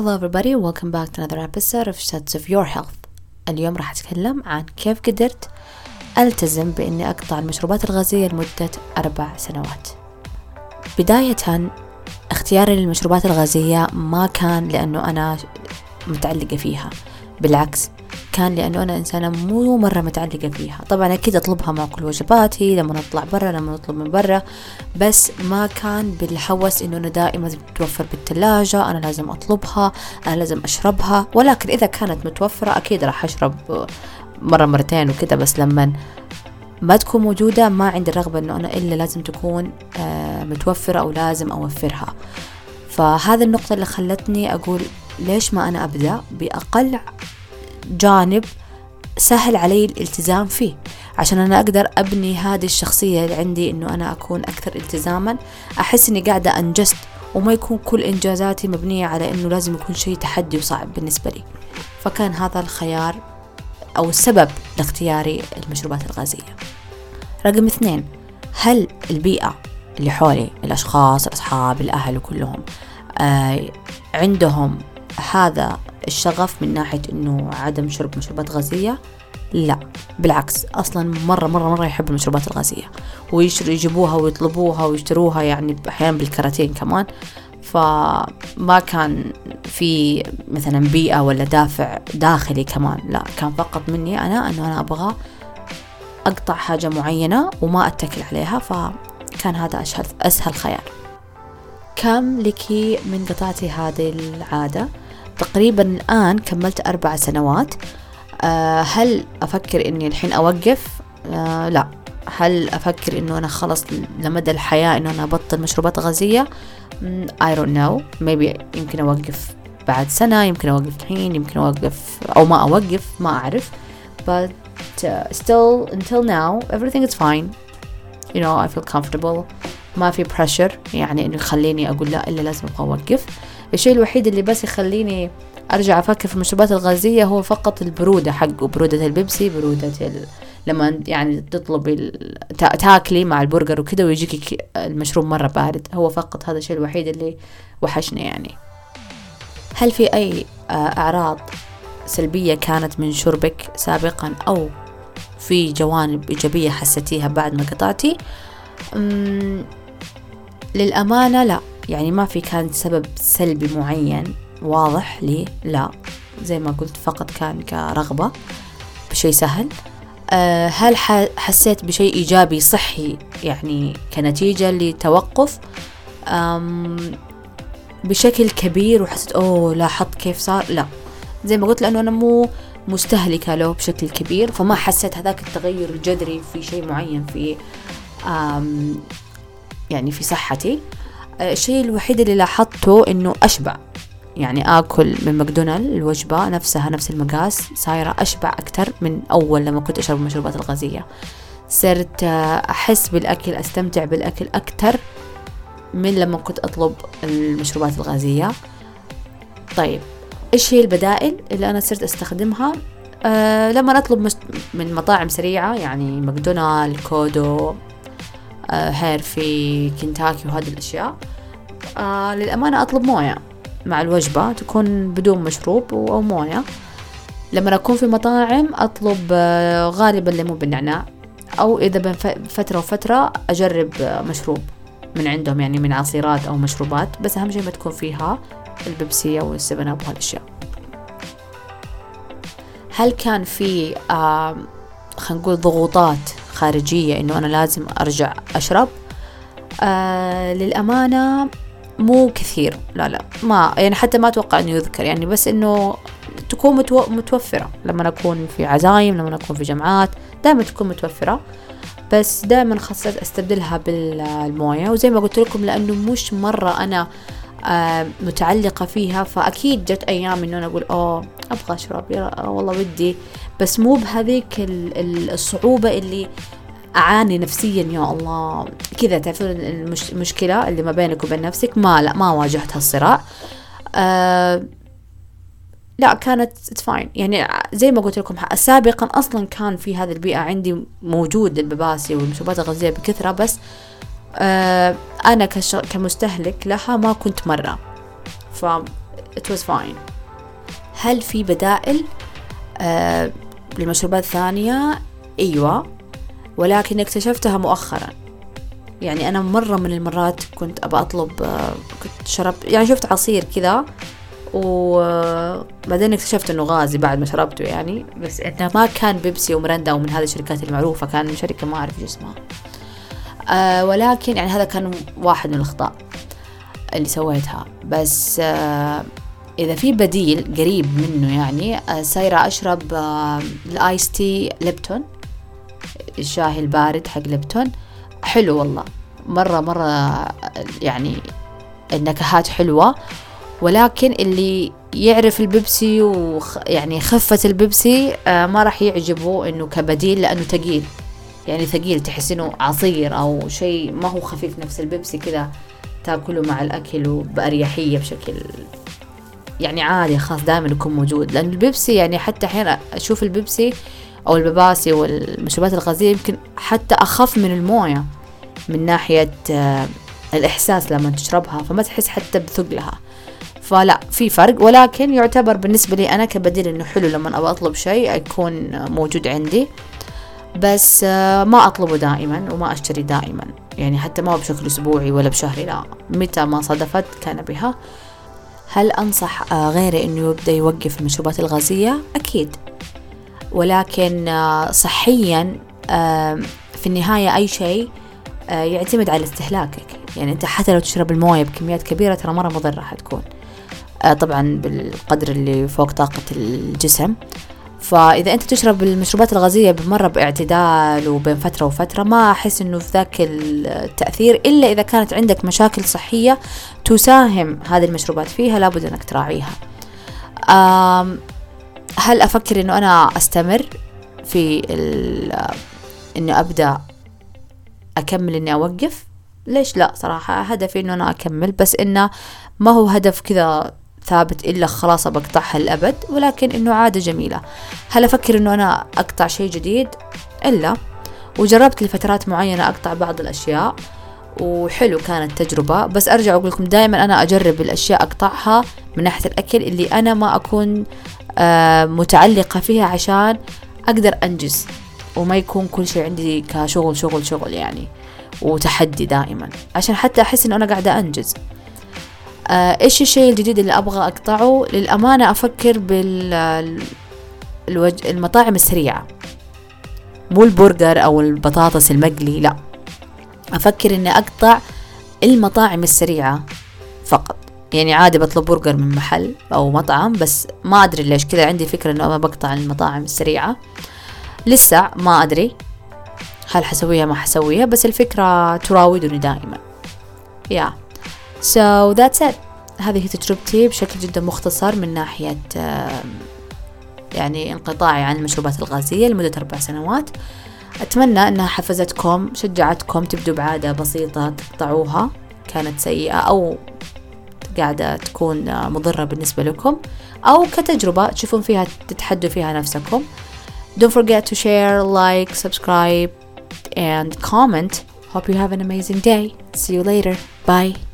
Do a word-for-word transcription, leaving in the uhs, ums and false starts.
Hello everybody, welcome back to another episode of Stats of Your Health. اليوم راح أتكلم عن كيف قدرت ألتزم بإني أقطع المشروبات الغازية لمدة أربع سنوات. بداية اختياري للمشروبات الغازية ما كان لأنه أنا متعلقة فيها، بالعكس كان لأنه أنا إنسانة مو مرة متعلقة فيها. طبعا أكيد أطلبها مع كل وجباتي لما نطلع برا، لما نطلب من برا، بس ما كان بالحوس إنه أنا دائما متوفر بالثلاجة أنا لازم أطلبها، أنا لازم أشربها. ولكن إذا كانت متوفرة أكيد راح أشرب مرة مرتين وكده، بس لما ما تكون موجودة ما عندي الرغبة إنه أنا إلا لازم تكون متوفرة أو لازم أوفرها. فهذا النقطة اللي خلتني أقول ليش ما أنا أبدأ بأقل جانب سهل علي الالتزام فيه، عشان أنا أقدر أبني هذه الشخصية اللي عندي، إنه أنا أكون أكثر التزاما، أحس إني قاعدة أنجزت وما يكون كل إنجازاتي مبنية على إنه لازم يكون شيء تحدي وصعب بالنسبة لي. فكان هذا الخيار أو السبب لاختياري المشروبات الغازية. رقم اثنين، هل البيئة اللي حولي، الأشخاص، الأصحاب، الأهل وكلهم آه عندهم هذا الشغف من ناحية إنه عدم شرب مشروبات غازية؟ لا، بالعكس، أصلا مرة مرة مرة يحبوا المشروبات الغازية ويشتروا يجيبوها ويطلبوها ويشتروها، يعني أحيانا بالكراتين كمان. فما كان في مثلا بيئة ولا دافع داخلي كمان، لا، كان فقط مني أنا أنه أنا أبغى أقطع حاجة معينة وما أتكل عليها. فكان هذا أسهل أسهل خيار. كم لكي من قطعتي هذه العادة؟ تقريبا الآن كملت أربع سنوات. أه هل أفكر إني الحين أوقف؟ أه لا. هل أفكر إنه أنا خلص لمدى الحياة إنه أنا أبطل مشروبات غازية؟ I don't know. maybe يمكن أوقف بعد سنة، يمكن أوقف الحين، يمكن أوقف أو ما أوقف، ما أعرف. but uh, still until now everything is fine. you know I feel comfortable. ما في pressure يعني إنه يخليني أقول لا إلا لازم أوقف. الشيء الوحيد اللي بس يخليني أرجع أفكر في المشروبات الغازية هو فقط البرودة حقه، برودة البيبسي، برودة ال... لما يعني تطلب ال... تاكلي مع البرجر وكده ويجيك المشروب مرة بارد. هو فقط هذا الشيء الوحيد اللي وحشني يعني. هل في أي أعراض سلبية كانت من شربك سابقا، أو في جوانب إيجابية حسيتيها بعد ما قطعتي؟ أمم... للأمانة لا، يعني ما في كان سبب سلبي معين واضح لي، لا، زي ما قلت فقط كان كرغبة بشيء سهل. أه هل حسيت بشيء إيجابي صحي يعني كنتيجة لتوقف بشكل كبير وحسيت أوه لاحظت كيف صار؟ لا، زي ما قلت، لأنه أنا مو مستهلكة له بشكل كبير، فما حسيت هذاك التغير الجذري في شيء معين في يعني في صحتي. الشيء الوحيد اللي لاحظته إنه أشبع، يعني آكل من ماكدونالد الوجبة نفسها نفس المقاس صايرة أشبع أكتر من أول لما كنت أشرب المشروبات الغازية. صرت أحس بالأكل، أستمتع بالأكل أكتر من لما كنت أطلب المشروبات الغازية. طيب إيش هي البدائل اللي أنا صرت أستخدمها؟ أه لما أطلب من مطاعم سريعة يعني ماكدونالد، كودو، أه هيرفي، كنتاكي وهذه الأشياء، أه للأمانة أطلب موية مع الوجبة، تكون بدون مشروب أو موية. لما أكون في مطاعم أطلب غالبا ليمون بالنعناع، أو إذا بين فترة وفترة أجرب مشروب من عندهم، يعني من عصيرات أو مشروبات، بس أهم شيء ما تكون فيها البيبسي أو السيفن أب وهالأشياء. هل كان في آه خلينا نقول ضغوطات خارجية إنه أنا لازم أرجع أشرب؟ آه للأمانة مو كثير، لا لا ما يعني حتى ما أتوقع أنه يذكر، يعني بس أنه تكون متو... متوفرة لما أكون في عزايم، لما أكون في جمعات، دائما تكون متوفرة، بس دائما خاصة أستبدلها بالموية. وزي ما قلت لكم لأنه مش مرة أنا آه متعلقة فيها، فأكيد جت أيام أنه أنا أقول أوه أبغى أشرب، يا والله ودي، بس مو بهذيك الصعوبة اللي أعاني نفسيا يا الله كذا. تعرفون المشكلة اللي ما بينك وبين نفسك؟ ما لا ما واجهت هالصراع. أه لا، كانت فاين يعني. زي ما قلت لكم سابقا أصلا كان في هذه البيئة عندي موجود البباسي والمشروبات الغازية بكثرة، بس أه أنا كمستهلك لها ما كنت مرة. ف it was fine. هل في بدائل آه لمشروبات ثانية؟ أيوة، ولكن اكتشفتها مؤخرا. يعني أنا مرة من المرات كنت أبى أطلب آه كنت شرب يعني شفت عصير كذا، وبعدين اكتشفت انه غازي بعد ما شربته يعني، بس انه ما كان بيبسي ومرندا ومن هذه الشركات المعروفة، كان شركة ما اعرف اسمها. آه ولكن يعني هذا كان واحد من الاخطاء اللي سويتها. بس آه اذا في بديل قريب منه يعني آه سايرة اشرب آه الايس تي ليبتون، الشاي البارد حق ليبتون، حلو والله مرة مرة يعني النكهات حلوة. ولكن اللي يعرف البيبسي وخ يعني خفة البيبسي آه ما راح يعجبه انه كبديل، لانه ثقيل، يعني ثقيل، تحس انه عصير او شيء ما هو خفيف نفس البيبسي كذا تاكله مع الاكل وبأريحية بشكل يعني عادي، خاص دائما يكون موجود. لان البيبسي يعني حتى حين اشوف البيبسي او البيباسي والمشروبات الغازية يمكن حتى اخف من الموية من ناحية آه الاحساس لما تشربها، فما تحس حتى بثقلها، فلا في فرق. ولكن يعتبر بالنسبة لي أنا كبديل إنه حلو لما أبغى أطلب شيء يكون موجود عندي، بس ما أطلبه دائما وما أشتري دائما، يعني حتى ما بشكل أسبوعي ولا بشهري، لا، متى ما صدفت كان بها. هل أنصح غيري إنه يبدأ يوقف المشروبات الغازية؟ أكيد، ولكن صحيا في النهاية أي شيء يعتمد على استهلاكك. يعني أنت حتى لو تشرب الموية بكميات كبيرة ترى مرة مضرة حتكون، طبعا بالقدر اللي فوق طاقة الجسم. فإذا أنت تشرب المشروبات الغازية بمرة باعتدال وبين فترة وفترة ما أحس أنه في ذاك التأثير، إلا إذا كانت عندك مشاكل صحية تساهم هذه المشروبات فيها، لابد أنك تراعيها. هل أفكر أنه أنا أستمر في أنه أبدأ أكمل أني أوقف؟ ليش لا صراحة، هدفي أنه أنا أكمل، بس إنه ما هو هدف كذا ثابت إلا خلاص بقطعها الأبد، ولكن إنه عادة جميلة. هل أفكر إنه أنا أقطع شيء جديد؟ إلا، وجربت لفترات معينة أقطع بعض الأشياء وحلو كانت تجربة، بس أرجع أقول لكم دائما أنا أجرب الأشياء أقطعها من ناحية الأكل اللي أنا ما أكون آه متعلقة فيها، عشان أقدر أنجز وما يكون كل شيء عندي كشغل شغل شغل يعني وتحدي دائما، عشان حتى أحس إنه أنا قاعدة أنجز. آه إيش الشيء الجديد اللي أبغى أقطعه؟ للأمانة أفكر بالمطاعم السريعة، مو البرجر أو البطاطس المقلي، لا، أفكر إني أقطع المطاعم السريعة فقط. يعني عادي بطلب برجر من محل أو مطعم، بس ما أدري ليش كذا عندي فكرة إنه أنا بقطع المطاعم السريعة. لسه ما أدري هل حسويها ما حسويها، بس الفكرة تراودني دائما. yeah so that's it. هذه تجربتي بشكل جدا مختصر من ناحية يعني انقطاعي عن المشروبات الغازية لمدة أربع سنوات. أتمنى أنها حفزتكم، شجعتكم تبدوا بعادة بسيطة تقطعوها كانت سيئة أو قاعدة تكون مضرة بالنسبة لكم، أو كتجربة تشوفون فيها تتحدوا فيها نفسكم. Don't forget to share, like, subscribe and comment. Hope you have an amazing day. See you later. Bye.